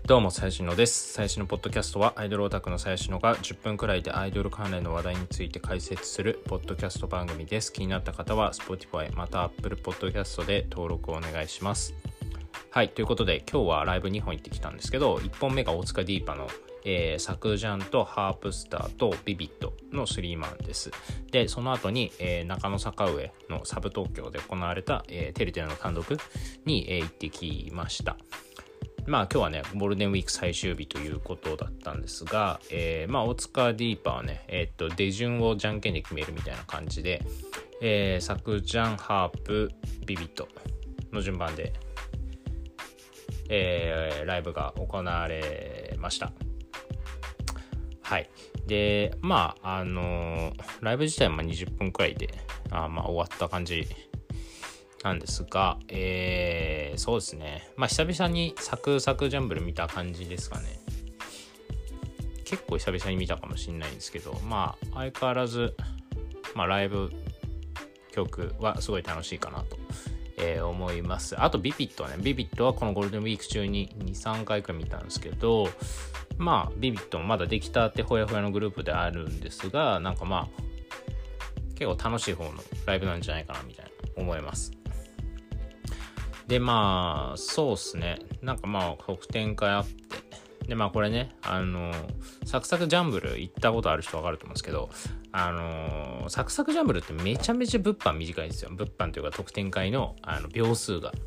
どうも、最新のです。最新のポッドキャストはアイドルオタクの最新のが10分くらいでアイドル関連の話題について解説するポッドキャスト番組です。気になった方は Spotify また Apple Podcast で登録をお願いします。はい、ということで今日はライブ2本行ってきたんですけど、1本目が大塚ディーパのサクジャンとハープスターとビビットの3マンです。で、その後に、中野坂上のサブ東京で行われた、テルテルの単独に、行ってきました。今日はねゴールデンウィーク最終日ということだったんですが、大塚ディーパーはね、出順をじゃんけんで決めるみたいな感じで、サクジャン、ハープ、ビビットの順番で、ライブが行われました。はい。で、ライブ自体は20分くらいで終わった感じなんですが、そうですね。久々にサクジャンブル見た感じですかね。結構久々に見たかもしれないんですけど、相変わらず、ライブ曲はすごい楽しいかなと、思います。あとビビットはこのゴールデンウィーク中に 2,3 回くらい見たんですけど、ビビットもまだできたてほやほやのグループであるんですが、結構楽しい方のライブなんじゃないかなみたいな思います。でそうっすね、特典会あって、でこれねサクサクジャンブル行ったことある人分かると思うんですけど、サクサクジャンブルってめちゃめちゃ物販短いんですよ。物販というか特典会の秒数が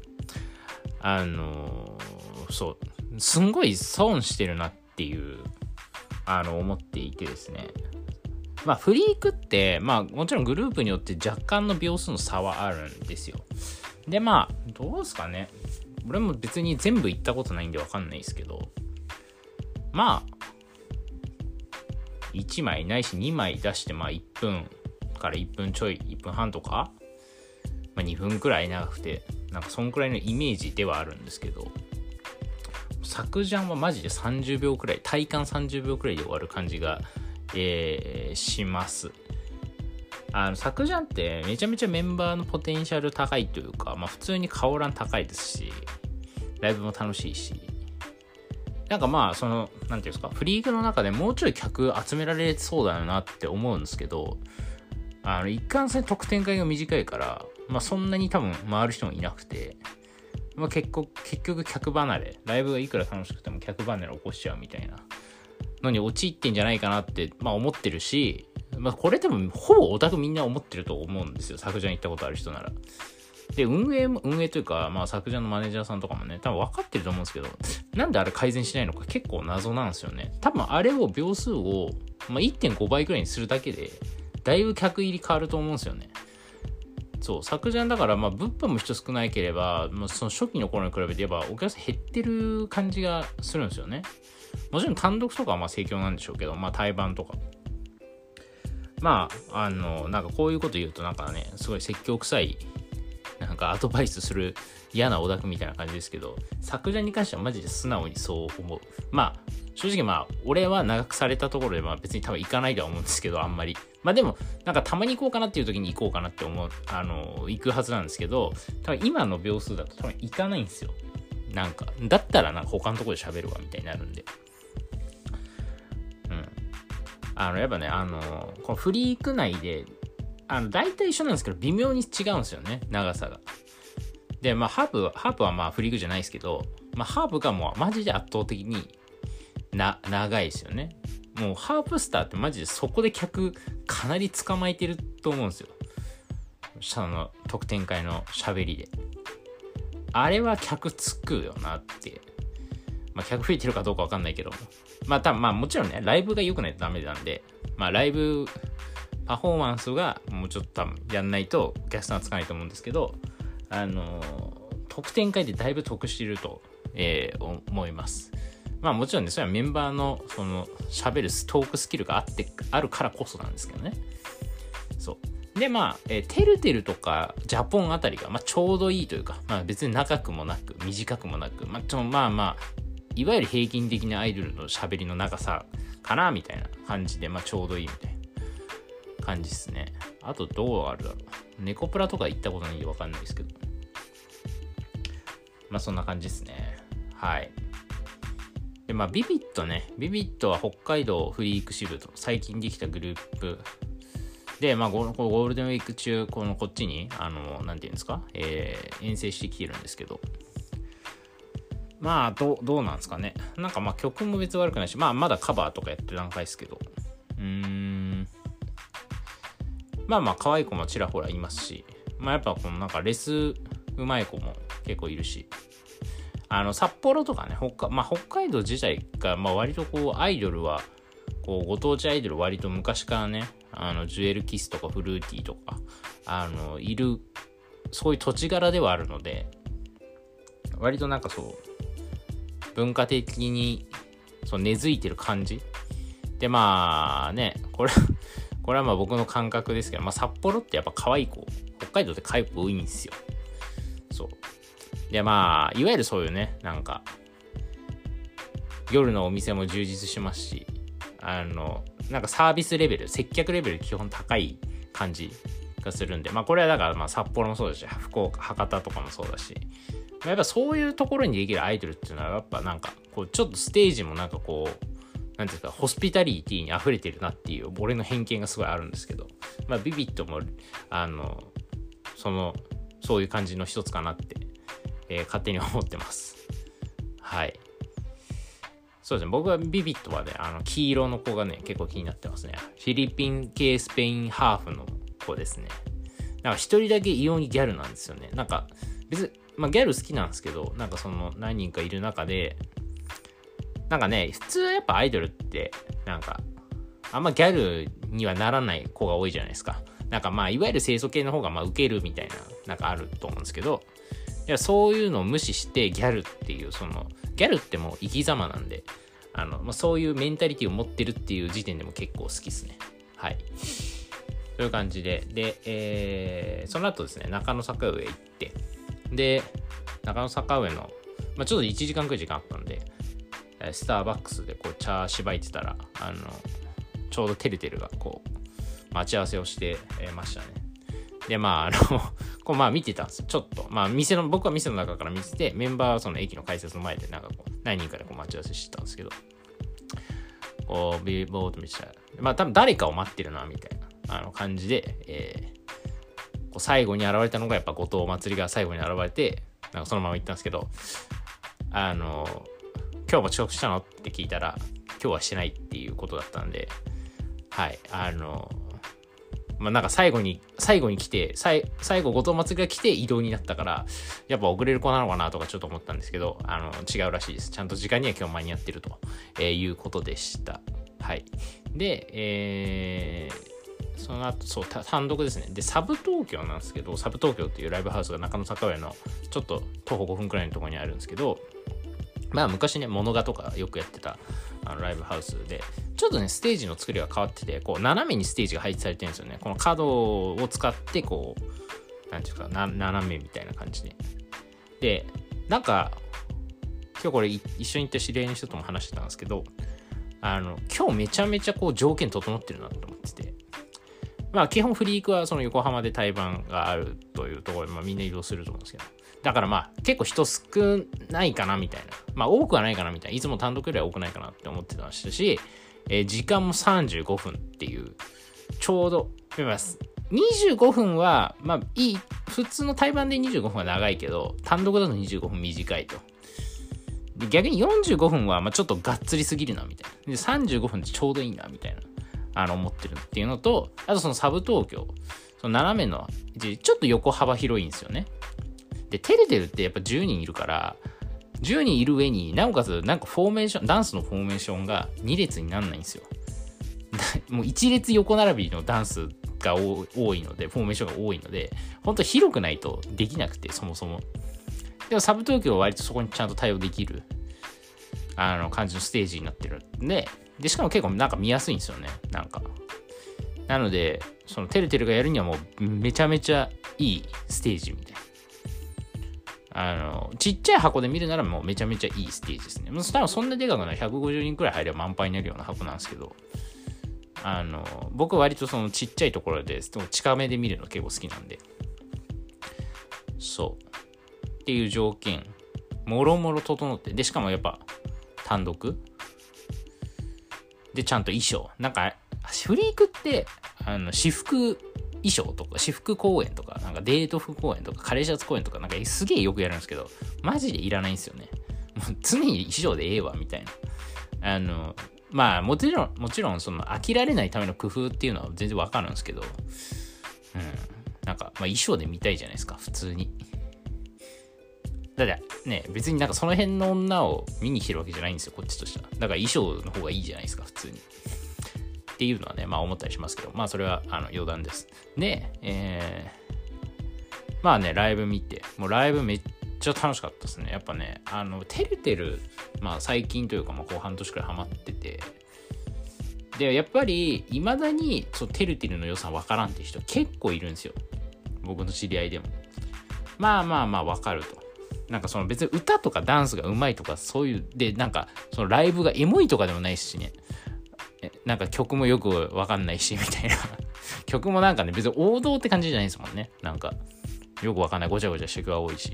そうすんごい損してるなっていう思っていてですね、フリークってもちろんグループによって若干の秒数の差はあるんですよ。でどうですかね、俺も別に全部行ったことないんで分かんないですけど、1枚ないし2枚出して1分から1分ちょい1分半とか、2分くらい長くてそんくらいのイメージではあるんですけど、サクジャンはマジで30秒くらい、体感30秒くらいで終わる感じが、します。サクジャンってめちゃめちゃメンバーのポテンシャル高いというか、普通に顔欄高いですし、ライブも楽しいし、なんていうんですか、フリークの中でもうちょい客集められそうだよなって思うんですけど、一貫性特典会が短いから、そんなに多分回る人もいなくて、結局客離れ、ライブがいくら楽しくても客離れ起こしちゃうみたいなのに陥ってんじゃないかなって、思ってるし、これ多分ほぼオタクみんな思ってると思うんですよ。サクジャン行ったことある人なら。で、運営というか、サクジャンのマネージャーさんとかもね、多分分かってると思うんですけど、なんであれ改善しないのか結構謎なんですよね。多分あれを秒数を、1.5 倍くらいにするだけで、だいぶ客入り変わると思うんですよね。そう、サクジャンだから、物販も人少ないければ、その初期の頃に比べて言えば、お客さん減ってる感じがするんですよね。もちろん単独とかは盛況なんでしょうけど、対バンとか。こういうこと言うとすごい説教臭いアドバイスする嫌なオタクみたいな感じですけど、サクジャンに関してはマジで素直にそう思う。正直俺は長くされたところで別に多分行かないとは思うんですけど、あんまりでもたまに行こうかなっていう時に行こうかなって思う行くはずなんですけど、多分今の秒数だと多分行かないんですよ。だったら他のところで喋るわみたいになるんで、やっぱねこのフリーク内で大体一緒なんですけど微妙に違うんですよね、長さが。でハープはフリークじゃないですけど、ハープがもうマジで圧倒的に長いですよね。もうハープスターってマジでそこで客かなり捕まえてると思うんですよ。その特典会の喋りであれは客つくよなって。客増えてるかどうか分かんないけど、多分もちろんねライブが良くないとダメなんで、ライブパフォーマンスがもうちょっと多分やんないとお客さんはつかないと思うんですけど、特典会でだいぶ得していると、思います。もちろんねそれはメンバーのその喋るトークスキルがあるからこそなんですけどね。そうでテルテルとかジャポンあたりがちょうどいいというか、別に長くもなく短くもなく、いわゆる平均的なアイドルの喋りの長さかなみたいな感じで、ちょうどいいみたいな感じですね。あとどうあるだろう、ネコプラとか行ったことないんで分かんないですけど、そんな感じですね。はい。 で、まあ、ビビットは北海道フリーク支部と最近できたグループで、まあ、ゴールデンウィーク中、こっちに、なんていうんですか、遠征してきてるんですけど、まあ、どうなんですかね。なんかまあ、曲も別に悪くないし、まあ、まだカバーとかやってる段階ですけど、まあまあ、可愛い子もちらほらいますし、まあ、やっぱ、なんかレスうまい子も結構いるし、札幌とかね、北海道自体が、まあ、割とアイドルは、ご当地アイドル割と昔からね、ジュエルキスとかフルーティーとか、いる、そういう土地柄ではあるので、割となんか文化的に根付いてる感じで、まあね、これはまあ僕の感覚ですけど、まあ札幌ってやっぱ可愛い子、北海道って可愛い子多いんですよ。そう。で、まあ、いわゆるそういうね、なんか、夜のお店も充実しますし、なんかサービスレベル、接客レベル基本高い感じがするんで、まあこれはだからまあ札幌もそうだし、福岡、博多とかもそうだし、やっぱそういうところにできるアイドルっていうのはやっぱなんかちょっとステージもなんかなんていうんですか、ホスピタリティに溢れてるなっていう俺の偏見がすごいあるんですけど、まあビビットもそういう感じの一つかなって、勝手に思ってます。はい。そうですね、僕はビビットはね、黄色の子がね、結構気になってますね。フィリピン系スペインハーフの子ですね。なんか一人だけ異様にギャルなんですよね。なんか別に、まあギャル好きなんですけど、なんか何人かいる中で、なんかね、普通はやっぱアイドルって、なんか、あんまギャルにはならない子が多いじゃないですか。なんかまあ、いわゆる清楚系の方がまあ受けるみたいな、なんかあると思うんですけど、いやそういうのを無視してギャルっていう、ギャルってもう生き様なんで、まあ、そういうメンタリティを持ってるっていう時点でも結構好きですね。はい。という感じで、で、その後ですね、中野坂上行って、で、中野坂上の、まあ、ちょっと1時間くらい時間あったんで、スターバックスで茶しばいてたら、ちょうどてるてるが待ち合わせをしてましたね。で、まあ、まあ見てたんですよ。ちょっと。まあ僕は店の中から見てて、メンバーはその駅の改札の前でなんか何人かで待ち合わせしてたんですけど、ビーボーと見てたら、まあ多分誰かを待ってるな、みたいな感じで、最後に現れたのがやっぱ後藤祭りが最後に現れて、なんかそのまま行ったんですけど、今日も遅刻したのって聞いたら、今日はしてないっていうことだったんで、はい、まあなんか最後に来て、最後後藤祭りが来て移動になったから、やっぱ遅れる子なのかなとかちょっと思ったんですけど、違うらしいです。ちゃんと時間には今日間に合ってるということでした。はい。で、その後、単独ですね。で、サブ東京なんですけど、サブ東京っていうライブハウスが中野坂上のちょっと徒歩5分くらいのところにあるんですけど、まあ昔ね、モノガとかよくやってたライブハウスで、ちょっとね、ステージの作りが変わってて、斜めにステージが配置されてるんですよね。この角を使って、なんていうか、斜めみたいな感じで。で、なんか、今日これ一緒に行った知り合いの人とも話してたんですけど、今日めちゃめちゃ条件整ってるなと思ってて、まあ基本フリークはその横浜で対バンがあるというところで、まあみんな移動すると思うんですけど、だからまあ結構人少ないかなみたいな、まあ多くはないかなみたいな、いつも単独よりは多くないかなって思ってましたし、時間も35分っていう、ちょうど見ます25分はまあいい、普通の対バンで25分は長いけど、単独だと25分短いと。で逆に45分はまあちょっとがっつりすぎるなみたいな。で35分でちょうどいいなみたいな。思ってるっていうのと、あとそのサブ東京、その斜めのちょっと横幅広いんですよね。で、テレテルってやっぱ10人いるから、10人いる上になおかつなんかフォーメーション、ダンスのフォーメーションが2列になんないんですよ。もう1列横並びのダンスが多いので、フォーメーションが多いので、本当広くないとできなくて、そもそも。でもサブ東京は割とそこにちゃんと対応できる感じのステージになってるんで、しかも結構なんか見やすいんですよね。なんか。なので、そのテルテルがやるにはもうめちゃめちゃいいステージみたいな。ちっちゃい箱で見るならもうめちゃめちゃいいステージですね。多分そんなでかくない150人くらい入れば満杯になるような箱なんですけど、僕は割とそのちっちゃいところで近めで見るの結構好きなんで、そうっていう条件もろもろ整って、でしかもやっぱ単独でちゃんと衣装、なんかフリークって私服衣装とか私服公演とかなんかデート服公演とかカレーシャツ公演とかなんかすげえよくやるんですけど、マジでいらないんですよね。もう常に衣装でええわみたいな。まあもちろんその飽きられないための工夫っていうのは全然わかるんですけど、なんかまあ衣装で見たいじゃないですか普通に。だってね、別になんかその辺の女を見に来てるわけじゃないんですよこっちとしては。だから衣装の方がいいじゃないですか普通にっていうのはね、まあ思ったりしますけど、まあそれは余談です。で、まあねライブ見て、もうライブめっちゃ楽しかったですね。やっぱねてるてる、まあ最近というかまあこう半年くらいハマってて、でやっぱり未だにてるてるの良さ分からんっていう人結構いるんですよ、僕の知り合いでも。まあ分かると。なんかその別に歌とかダンスがうまいとかそういうで、なんかそのライブがエモいとかでもないしね、なんか曲もよく分かんないしみたいな曲もなんかね別に王道って感じじゃないですもんね。なんかよく分かんないごちゃごちゃして曲が多いし、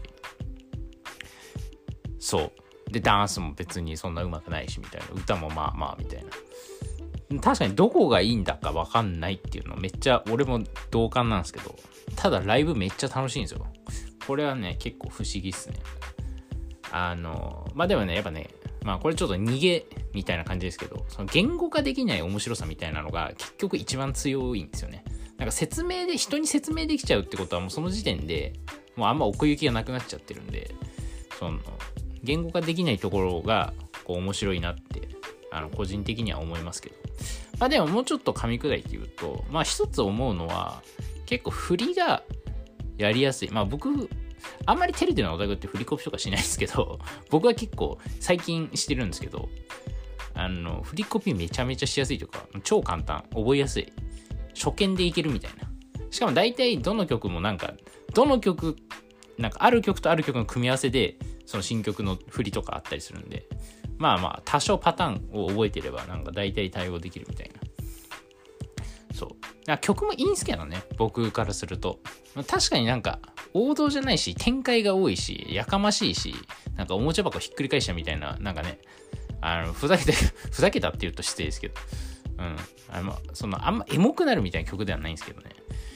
そうでダンスも別にそんなうまくないしみたいな、歌もまあまあみたいな。確かにどこがいいんだか分かんないっていうのめっちゃ俺も同感なんですけど、ただライブめっちゃ楽しいんですよ。これはね結構不思議っすね。まあでもねやっぱね、まあこれちょっと逃げみたいな感じですけど、その言語化できない面白さみたいなのが結局一番強いんですよね。なんか人に説明できちゃうってことはもうその時点でもうあんま奥行きがなくなっちゃってるんで、その言語化できないところがこう面白いなって個人的には思いますけど、まあでももうちょっと噛み砕いて言うと、まあ一つ思うのは結構振りがやりやすい。まあ僕あんまりテレビのオタクって振りコピとかしないですけど、僕は結構最近してるんですけど、振りコピめちゃめちゃしやすいというか超簡単、覚えやすい、初見でいけるみたいな。しかも大体どの曲もなんかある曲とある曲の組み合わせでその新曲の振りとかあったりするんで、まあまあ多少パターンを覚えてればなんか大体対応できるみたいな。そう曲もいいんすけどね、僕からすると確かになんか王道じゃないし展開が多いしやかましいし、なんかおもちゃ箱ひっくり返したみたいな、なんかねふざけたって言うと失礼ですけど、そのあんまエモくなるみたいな曲ではないんですけどね。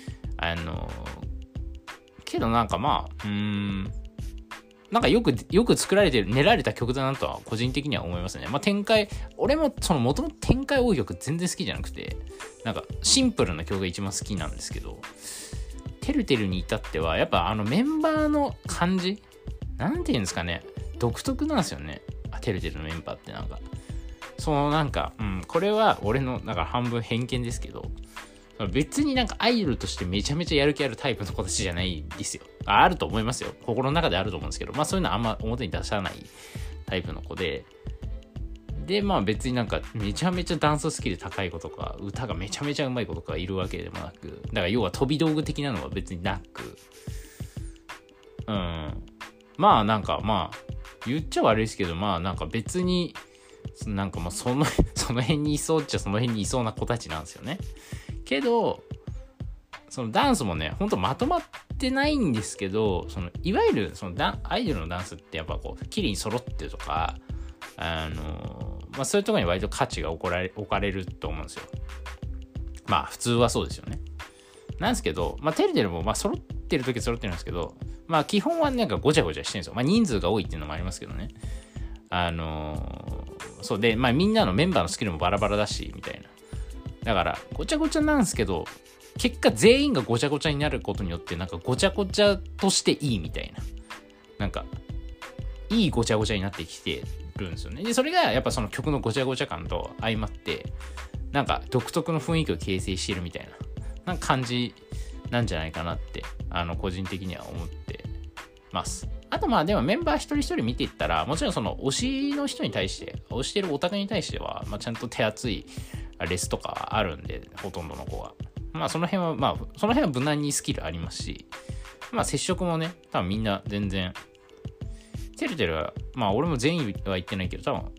けどなんかまあなんかよく作られてる練られた曲だなとは個人的には思いますね。まあ展開、俺もその元々展開多い曲全然好きじゃなくて、なんかシンプルな曲が一番好きなんですけど、てるてるに至ってはやっぱメンバーの感じなんていうんですかね、独特なんですよね。てるてるのメンバーってなんかそのなんかこれは俺のなんか半分偏見ですけど、別になんかアイドルとしてめちゃめちゃやる気あるタイプの子たちじゃないんですよ。あると思いますよ。心の中であると思うんですけど、まあそういうのあんま表に出さないタイプの子で、まあ別になんかめちゃめちゃダンススキル高い子とか歌がめちゃめちゃうまい子とかいるわけでもなく、だから要は飛び道具的なのは別になく、まあなんかまあ言っちゃ悪いですけど、まあなんか別になんかまあその辺にいそうっちゃその辺にいそうな子たちなんですよね。けどそのダンスもねほんとまとまってないんですけど、いわゆるアイドルのダンスってやっぱこう綺麗に揃ってるとかまあそういうところに割と価値が置かれると思うんですよ。まあ普通はそうですよね。なんですけど、まあてるてるもまあ揃ってる時は揃ってるんですけど、まあ基本はなんかごちゃごちゃしてるんですよ。まあ人数が多いっていうのもありますけどね。そうで、まあみんなのメンバーのスキルもバラバラだしみたいな。だからごちゃごちゃなんですけど、結果全員がごちゃごちゃになることによってなんかごちゃごちゃとしていいみたいな、なんかいいごちゃごちゃになってきてるんですよね。でそれがやっぱその曲のごちゃごちゃ感と相まってなんか独特の雰囲気を形成しているみたいな、なんか感じなんじゃないかなって個人的には思ってます。あとまあでもメンバー一人一人見ていったら、もちろんその推しの人に対して推してるオタクに対しては、まあ、ちゃんと手厚いレスとかあるんで、ほとんどの子はまあその辺は無難にスキルありますし、まあ接触もね多分みんな全然てるてるはまあ俺も全員は言ってないけど多分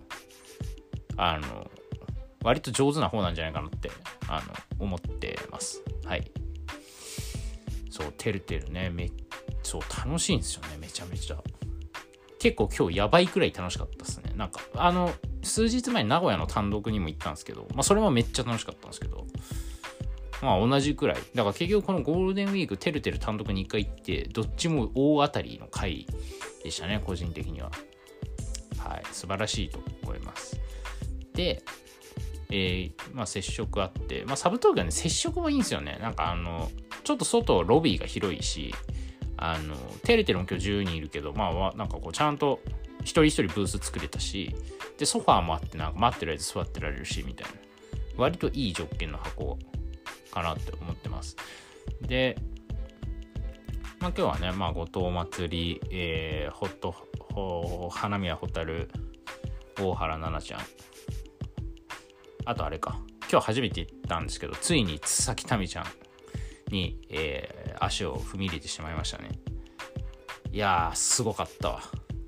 割と上手な方なんじゃないかなって思ってます。はい。そうてるてるねそう楽しいんですよね、めちゃめちゃ。結構今日やばいくらい楽しかったですね。なんか数日前に名古屋の単独にも行ったんですけど、それもめっちゃ楽しかったんですけど、同じくらい。だから結局このゴールデンウィークてるてる単独に1回行って、どっちも大当たりの回でしたね、個人的には。はい、素晴らしいと思います。で、接触あって、サブ東京はね、接触もいいんですよね。なんかちょっと外ロビーが広いし、てるてるも今日10人いるけど、なんかこうちゃんと一人一人ブース作れたし、でソファーもあって、なんか待ってる間座ってられるしみたいな、割といい条件の箱かなって思ってます。で、今日はね、後藤祭り、花宮ホタル、大原奈々ちゃん、あとあれか、今日初めて行ったんですけど、ついに津崎民ちゃんに、足を踏み入れてしまいましたね。いやー、すごかったわ。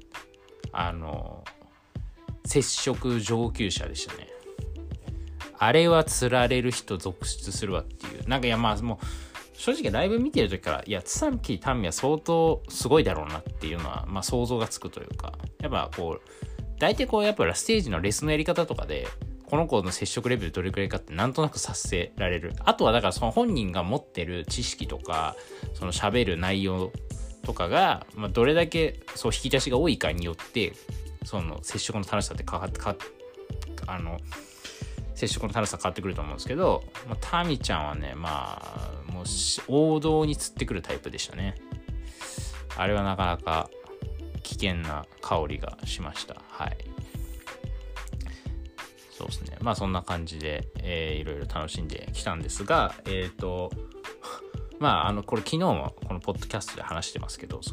接触上級者でしたね。あれは釣られる人続出するわっていう。なんかいやもう正直ライブ見てる時から、いや津崎民は相当すごいだろうなっていうのは想像がつくというか、やっぱこう大体こうやっぱステージのレスのやり方とかでこの子の接触レベルどれくらいかってなんとなく察せられる。あとはだからその本人が持ってる知識とかその喋る内容とかが、どれだけそう引き出しが多いかによってその接触の楽しさって接触の楽しさ変わってくると思うんですけど、タミちゃんはね、もう王道に釣ってくるタイプでしたね。あれはなかなか危険な香りがしました。はい。そうですね。そんな感じで、いろいろ楽しんできたんですが、これ昨日もこのポッドキャストで話してますけど、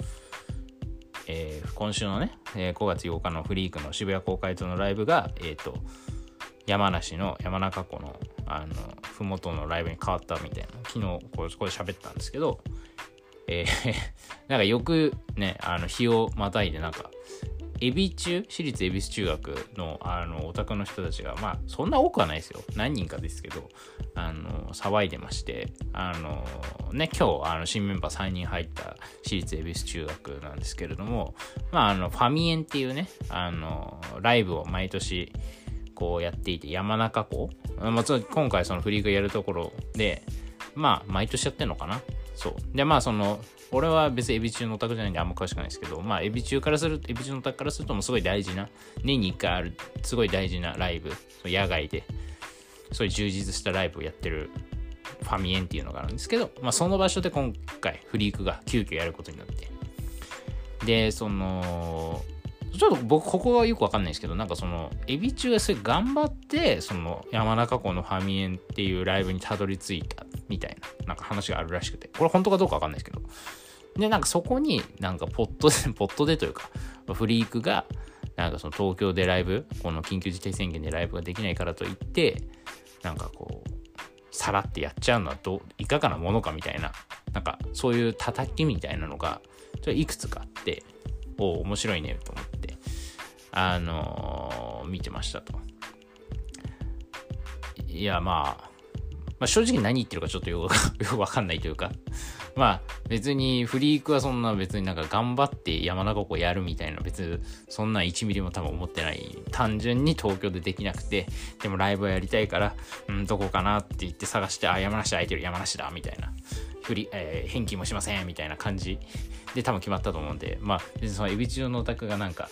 今週のね、5月8日のフリークの渋谷公会堂のライブが、山梨の山中湖のふもとのライブに変わったみたいな、昨日ここで喋ったんですけど、なんかよくね、日をまたいでなんか私立恵比寿中学のオタクの人たちがそんな多くはないですよ、何人かですけど騒いでまして、今日新メンバー3人入った私立恵比寿中学なんですけれども、ファミエンっていうねライブを毎年こうやっていて、山中湖、今回そのフリークやるところで毎年やってんのかな。そうで俺は別にエビ中のオタクじゃないんであんま詳しくないですけど、エビ中のオタクからするともうすごい大事な、年に1回あるすごい大事なライブ、野外でそういう充実したライブをやってるファミエンっていうのがあるんですけど、その場所で今回フリークが急遽やることになって、でちょっと僕ここはよくわかんないですけど、なんかエビ中がすごい頑張って山中湖のファミエンっていうライブにたどり着いたみたいななんか話があるらしくて、これ本当かどうかわかんないですけど、でなんかそこになんかポットでというかフリークがなんか東京でライブ、この緊急事態宣言でライブができないからといってなんかこうさらってやっちゃうのはいかがなものかみたいな、なんかそういう叩きみたいなのがいくつかあって、面白いねと思って見てましたと。いや正直何言ってるかちょっとよくわかんないというか、別にフリークはそんな別になんか頑張って山中湖やるみたいな、別にそんな1ミリも多分思ってない。単純に東京でできなくて、でもライブをやりたいからどこかなって言って探して、山梨空いてる、山梨だみたいな、返金もしませんみたいな感じで多分決まったと思うんで、別にそのエビ中のオタクがなんか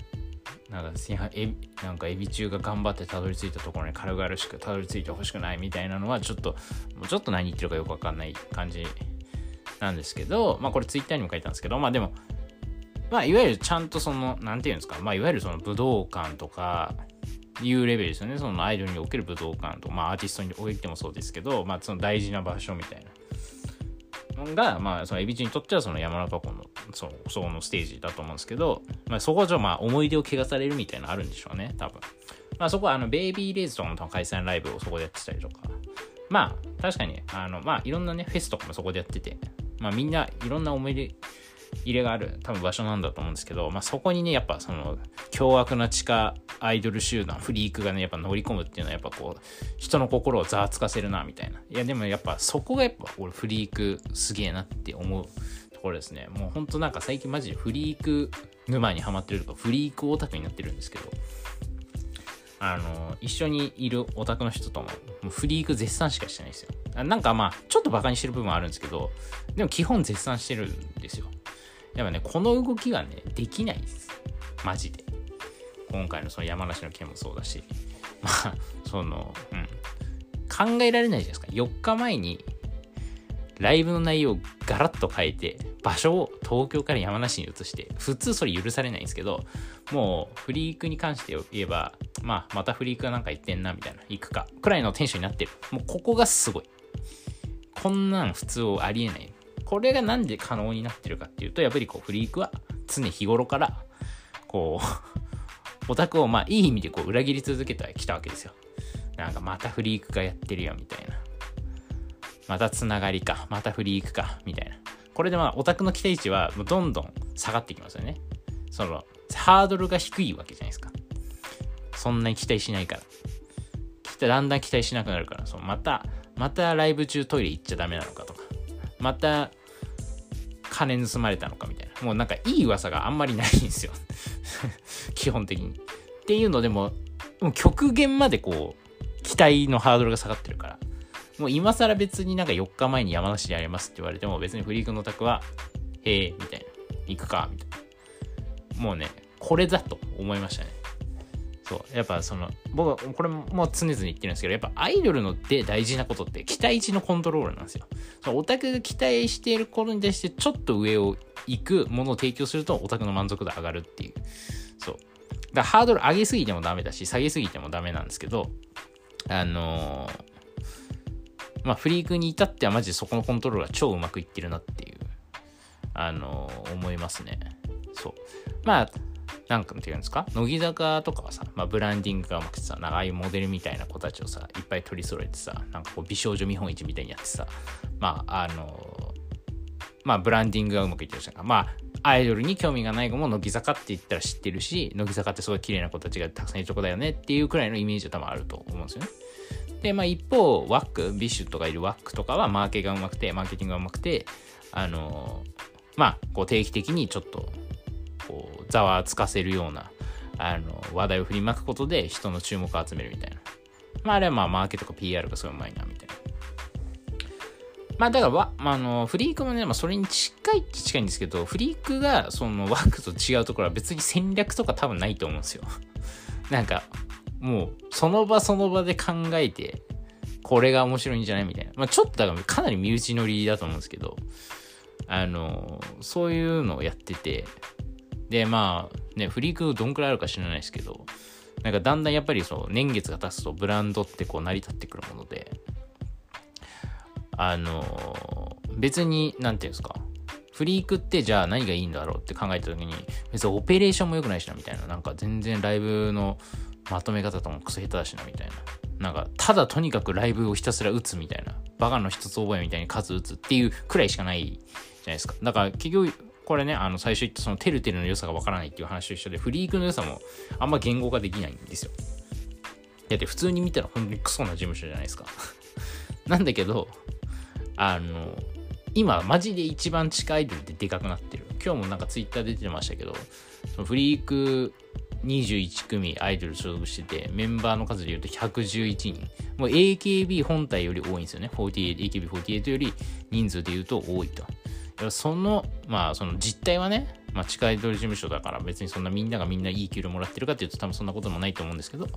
エビ中が頑張ってたどり着いたところに軽々しくたどり着いてほしくないみたいなのはちょっと何言ってるかよくわかんない感じなんですけど、これツイッターにも書いたんですけど、でもいわゆるちゃんとなんていうんですか、いわゆる武道館とかいうレベルですよね。そのアイドルにおける武道館とアーティストにおいてもそうですけど、その大事な場所みたいなのがそのエビ中にとってはその山中湖のそのステージだと思うんですけど、そこは思い出を汚されるみたいなのあるんでしょうね多分。そこはベイビーレイズとかの開催ライブをそこでやってたりとか、確かにいろんなねフェスとかもそこでやってて、みんないろんな思い出入れがある多分場所なんだと思うんですけど、そこにねやっぱその凶悪な地下アイドル集団フリークがねやっぱ乗り込むっていうのはやっぱこう人の心をざわつかせるなみたいな。いやでもやっぱそこがやっぱ俺フリークすげえなって思うところですね。もうほんとなんか最近マジでフリーク沼にハマってるとかフリークオタクになってるんですけど、 一緒にいるオタクの人ともフリーク絶賛しかしてないですよ。なんかまあちょっとバカにしてる部分はあるんですけど、でも基本絶賛してるんですよ。やっぱね、この動きがねできないです、マジで。今回のその山梨の件もそうだし、まあ考えられないじゃないですか。4日前にライブの内容をガラッと変えて場所を東京から山梨に移して、普通それ許されないんですけど、もうフリークに関して言えば、またフリークがなんか言ってんなみたいな、行くかくらいのテンションになってる。もうここがすごい。こんなん普通ありえない。これがなんで可能になってるかっていうと、やっぱりフリークは常日頃からオタクをいい意味で裏切り続けてきたわけですよ。なんかまたフリークがやってるよみたいな、またつながりか、またフリークかみたいな。これでオタクの期待値はもうどんどん下がってきますよね。そのハードルが低いわけじゃないですか。そんなに期待しないから。だんだん期待しなくなるから、またライブ中トイレ行っちゃダメなのかとか、また金盗まれたのかみたいな。もうなんかいい噂があんまりないんですよ。基本的に。っていうのでもう極限まで期待のハードルが下がってるから。もう今更別になんか4日前に山梨でやりますって言われても、別にフリークのオタクはへえみたいな、行くかみたいな。もうね、これだと思いましたね。そう、やっぱ僕はこれも常々言ってるんですけど、やっぱアイドルので大事なことって期待値のコントロールなんですよ。オタクが期待している頃に対してちょっと上を行くものを提供するとオタクの満足度上がるっていう。そう。だからハードル上げすぎてもダメだし、下げすぎてもダメなんですけど、フリークに至ってはマジでそこのコントロールが超うまくいってるなっていう、思いますね。そう。なんかっていうんですか、乃木坂とかはさ、ブランディングがうまくてさ、ああいうモデルみたいな子たちをさ、いっぱい取り揃えてさ、なんか美少女見本市みたいにやってさ、ブランディングがうまくいってるじゃんか。アイドルに興味がない子も乃木坂って言ったら知ってるし、乃木坂ってすごい綺麗な子たちがたくさんいるとこだよねっていうくらいのイメージは多分あると思うんですよね。で、一方、ワック、ビッシュとかいるワックとかはマーケティングがうまくて、定期的にちょっと、ざわつかせるような、話題を振りまくことで人の注目を集めるみたいな。あれはマーケとか PR がすごいうまいな、みたいな。だからフリークもね、それに近いっちゃ近いんですけど、フリークがそのワックと違うところは別に戦略とか多分ないと思うんですよ。なんか、もうその場その場で考えてこれが面白いんじゃないみたいな、ちょっとだからかなり身内乗りだと思うんですけど、そういうのをやってて、でフリークどんくらいあるか知らないですけど、なんかだんだんやっぱり年月が経つとブランドって成り立ってくるもので、別になんていうんですか、フリークってじゃあ何がいいんだろうって考えた時に、別にオペレーションも良くないしなみたいな、なんか全然ライブのまとめ方ともクソ下手だしなみたいな、なんかただとにかくライブをひたすら打つみたいな、バカの一つ覚えみたいに数打つっていうくらいしかないじゃないですか。だから結局これね、最初言ったテルテルの良さがわからないっていう話と一緒で、フリークの良さもあんま言語化できないんですよ。だって普通に見たら本当にクソな事務所じゃないですか。なんだけど今マジで一番地下アイドルってでかくなってる。今日もなんかツイッターで出てましたけど、そのフリーク21組アイドル所属してて、メンバーの数で言うと111人。もう AKB 本体より多いんですよね。AKB48 より人数で言うと多いと。その実態はね、地下アイドル事務所だから別にそんなみんながみんないい給料もらってるかっていうと多分そんなこともないと思うんですけど、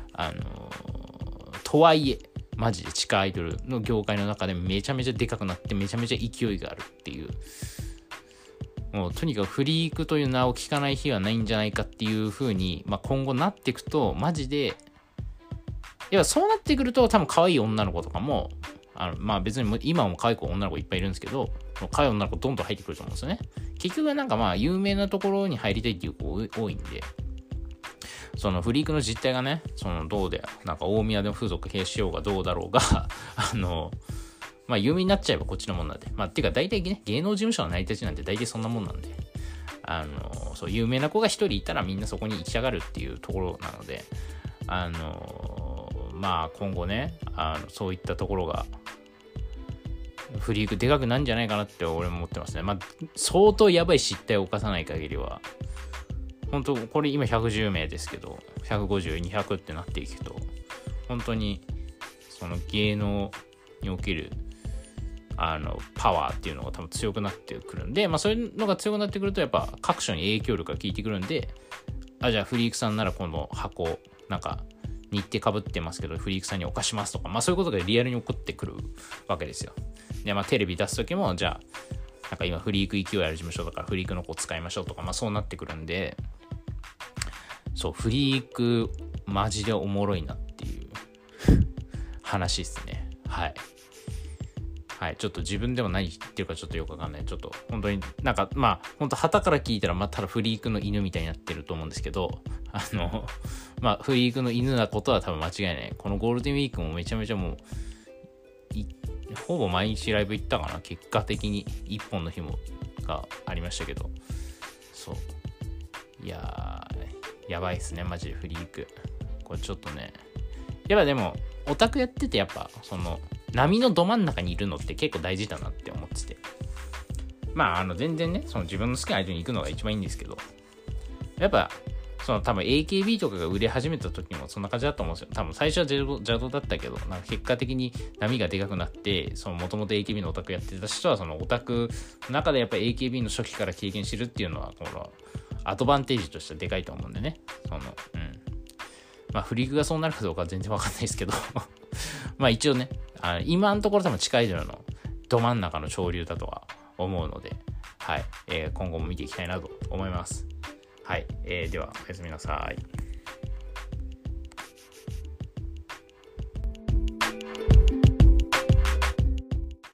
とはいえ、マジで地下アイドルの業界の中でめちゃめちゃでかくなってめちゃめちゃ勢いがあるっていう、もうとにかくフリークという名を聞かない日はないんじゃないかっていう風に、今後なっていくとマジで、そうなってくると多分可愛い女の子とかも別に今も可愛い女の子いっぱいいるんですけど、可愛い女の子どんどん入ってくると思うんですよね。結局なんか有名なところに入りたいっていう子多いんで、そのフリークの実態がね、どうでなんか大宮で風俗経営しようがどうだろうが有名になっちゃえばこっちのもんなんで、っていうか大体ね、芸能事務所の成り立ちなんて大体そんなもんなんで、そう有名な子が一人いたらみんなそこに行きたがるっていうところなので、今後ね、そういったところがフリークでかくなんじゃないかなって俺も思ってますね。相当やばい失態を犯さない限りは本当これ今110名ですけど、150、200ってなっていくと、本当にその芸能におけるパワーっていうのが多分強くなってくるんで、そういうのが強くなってくると、やっぱ各所に影響力が効いてくるんで、じゃあフリークさんならこの箱、なんか日程被ってますけど、フリークさんにお貸しますとか、そういうことがリアルに起こってくるわけですよ。で、テレビ出すときも、じゃあ、なんか今フリーク勢いある事務所だからフリークの子使いましょうとか、そうなってくるんで、そう、フリークマジでおもろいなっていう話ですね。はい。はい、ちょっと自分でも何言ってるかちょっとよくわかんない。ちょっと本当になんか本当旗から聞いたらただフリークの犬みたいになってると思うんですけど、フリークの犬なことは多分間違いない。このゴールデンウィークもめちゃめちゃもうほぼ毎日ライブ行ったかな。結果的に一本の日もがありましたけど、そういやーやばいですねマジでフリーク。これちょっとね、やっぱでもオタクやっててやっぱその波のど真ん中にいるのって結構大事だなって思ってて、全然ね、その自分の好きな相手に行くのが一番いいんですけど、やっぱその多分 AKB とかが売れ始めた時もそんな感じだと思うんですよ。多分最初は邪道だったけど、なんか結果的に波がでかくなって、その元々 AKB のオタクやってた人はそのオタクの中でやっぱり AKB の初期から経験してるっていうのはこのアドバンテージとしてはでかいと思うんでね。フリークがそうなるかどうかは全然わかんないですけど一応ね、今のところ多分近いのど真ん中の潮流だとは思うので、はい、今後も見ていきたいなと思います。はい、ではおやすみなさい。